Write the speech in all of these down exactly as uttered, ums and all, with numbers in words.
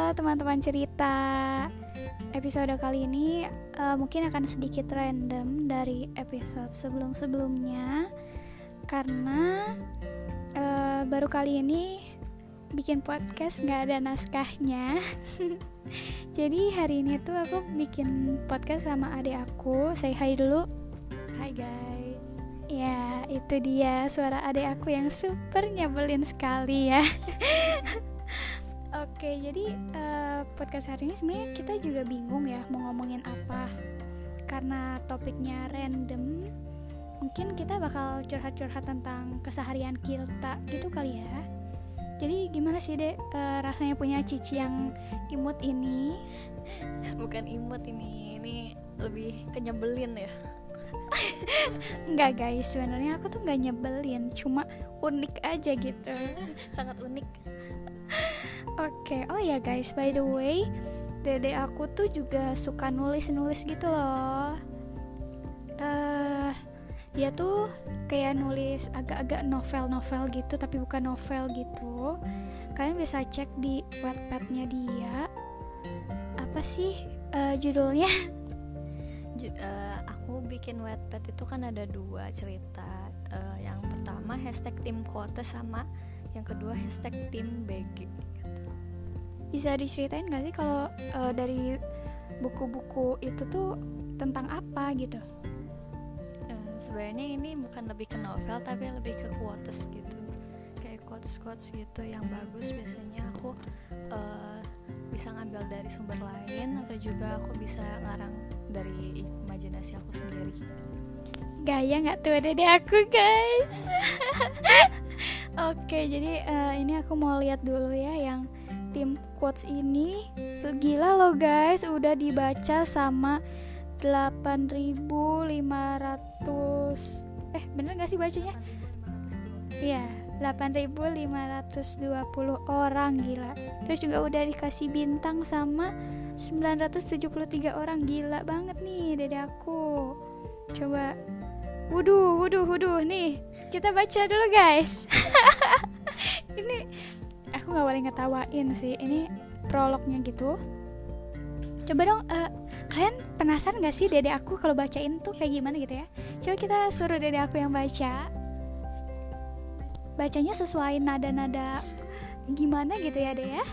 Halo teman-teman cerita. Episode kali ini uh, mungkin akan sedikit random dari episode sebelum-sebelumnya karena uh, baru kali ini bikin podcast gak ada naskahnya. Jadi hari ini tuh aku bikin podcast sama adik aku. Say hi dulu. Hai guys. Ya, itu dia suara adik aku yang super nyebelin sekali ya. Oke, jadi uh, podcast hari ini sebenarnya kita juga bingung ya mau ngomongin apa. Karena topiknya random, mungkin kita bakal curhat-curhat tentang keseharian kita gitu kali ya. Jadi gimana sih Dek uh, rasanya punya cici yang imut ini? Bukan imut ini, ini lebih kenyebelin ya. Enggak guys, sebenarnya aku tuh nggak nyebelin, cuma unik aja gitu. Sangat unik. Oke, okay. Oh ya guys, by the way, dede aku tuh juga suka nulis-nulis gitu loh. Uh, dia tuh kayak nulis agak-agak novel-novel gitu, tapi bukan novel gitu. Kalian bisa cek di Wattpad-nya dia. Apa sih uh, judulnya? J- uh, aku bikin Wattpad itu kan ada dua cerita. Uh, yang pertama hashtag tim quotes sama yang kedua hashtag tim B G. Bisa diceritain gak sih kalau uh, dari buku-buku itu tuh tentang apa gitu? Uh, sebenarnya ini bukan lebih ke novel tapi lebih ke quotes gitu, kayak quotes-quotes gitu yang bagus. Biasanya aku uh, bisa ngambil dari sumber lain atau juga aku bisa ngarang dari imajinasi aku sendiri. Gaya nggak tuh dede aku guys. Oke, jadi uh, ini aku mau lihat dulu ya yang tim quotes ini. Gila loh guys, udah dibaca sama delapan ribu lima ratus. Eh, bener gak sih bacanya? Iya, delapan ribu lima ratus dua puluh orang, gila. Terus juga udah dikasih bintang sama sembilan ratus tujuh puluh tiga orang. Gila banget nih dede aku. Coba Wuduh, wuduh, wuduh nih. Kita baca dulu guys. Ini aku gak boleh ngetawain sih. Ini prolognya gitu. Coba dong uh, kalian penasaran gak sih dede aku kalau bacain tuh kayak gimana gitu ya? Coba kita suruh dede aku yang baca. Bacanya sesuai nada-nada gimana gitu ya deh ya.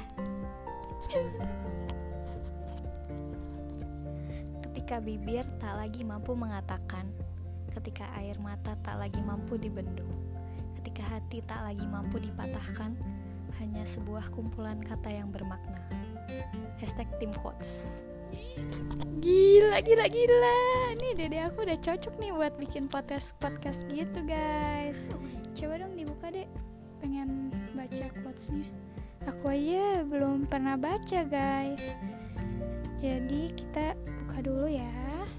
Ketika bibir tak lagi mampu mengatakan, ketika air mata tak lagi mampu dibendung, ketika hati tak lagi mampu dipatahkan, hanya sebuah kumpulan kata yang bermakna. Hashtag tim quotes. Gila, gila, gila. Nih dede aku udah cocok nih buat bikin podcast podcast gitu guys. Coba dong dibuka deh, pengen baca quotesnya. Aku aja belum pernah baca guys. Jadi kita buka dulu ya.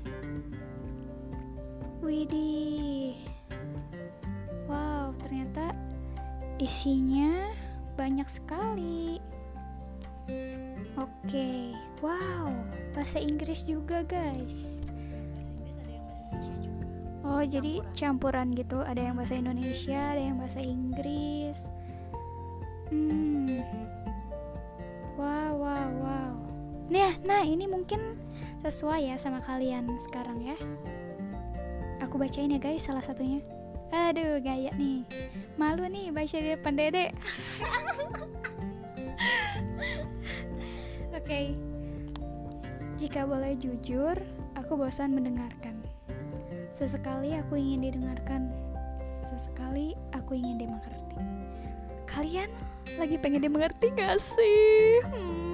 Widih. Wow, ternyata isinya banyak sekali. Oke, wow, bahasa Inggris juga guys. Bahasa Inggris ada yang bahasa Indonesia juga. Oh, jadi campuran gitu, ada yang bahasa Indonesia, ada yang bahasa Inggris. Hmm. Wow, wow, wow. Nah, nah ini mungkin sesuai ya sama kalian sekarang ya. Aku bacain ya guys salah satunya. Aduh, gaya nih. Malu nih baca di depan dede. Oke. Okay. Jika boleh jujur, aku bosan mendengarkan. Sesekali aku ingin didengarkan. Sesekali aku ingin dimengerti. Kalian lagi pengen dimengerti gak sih? Hmm.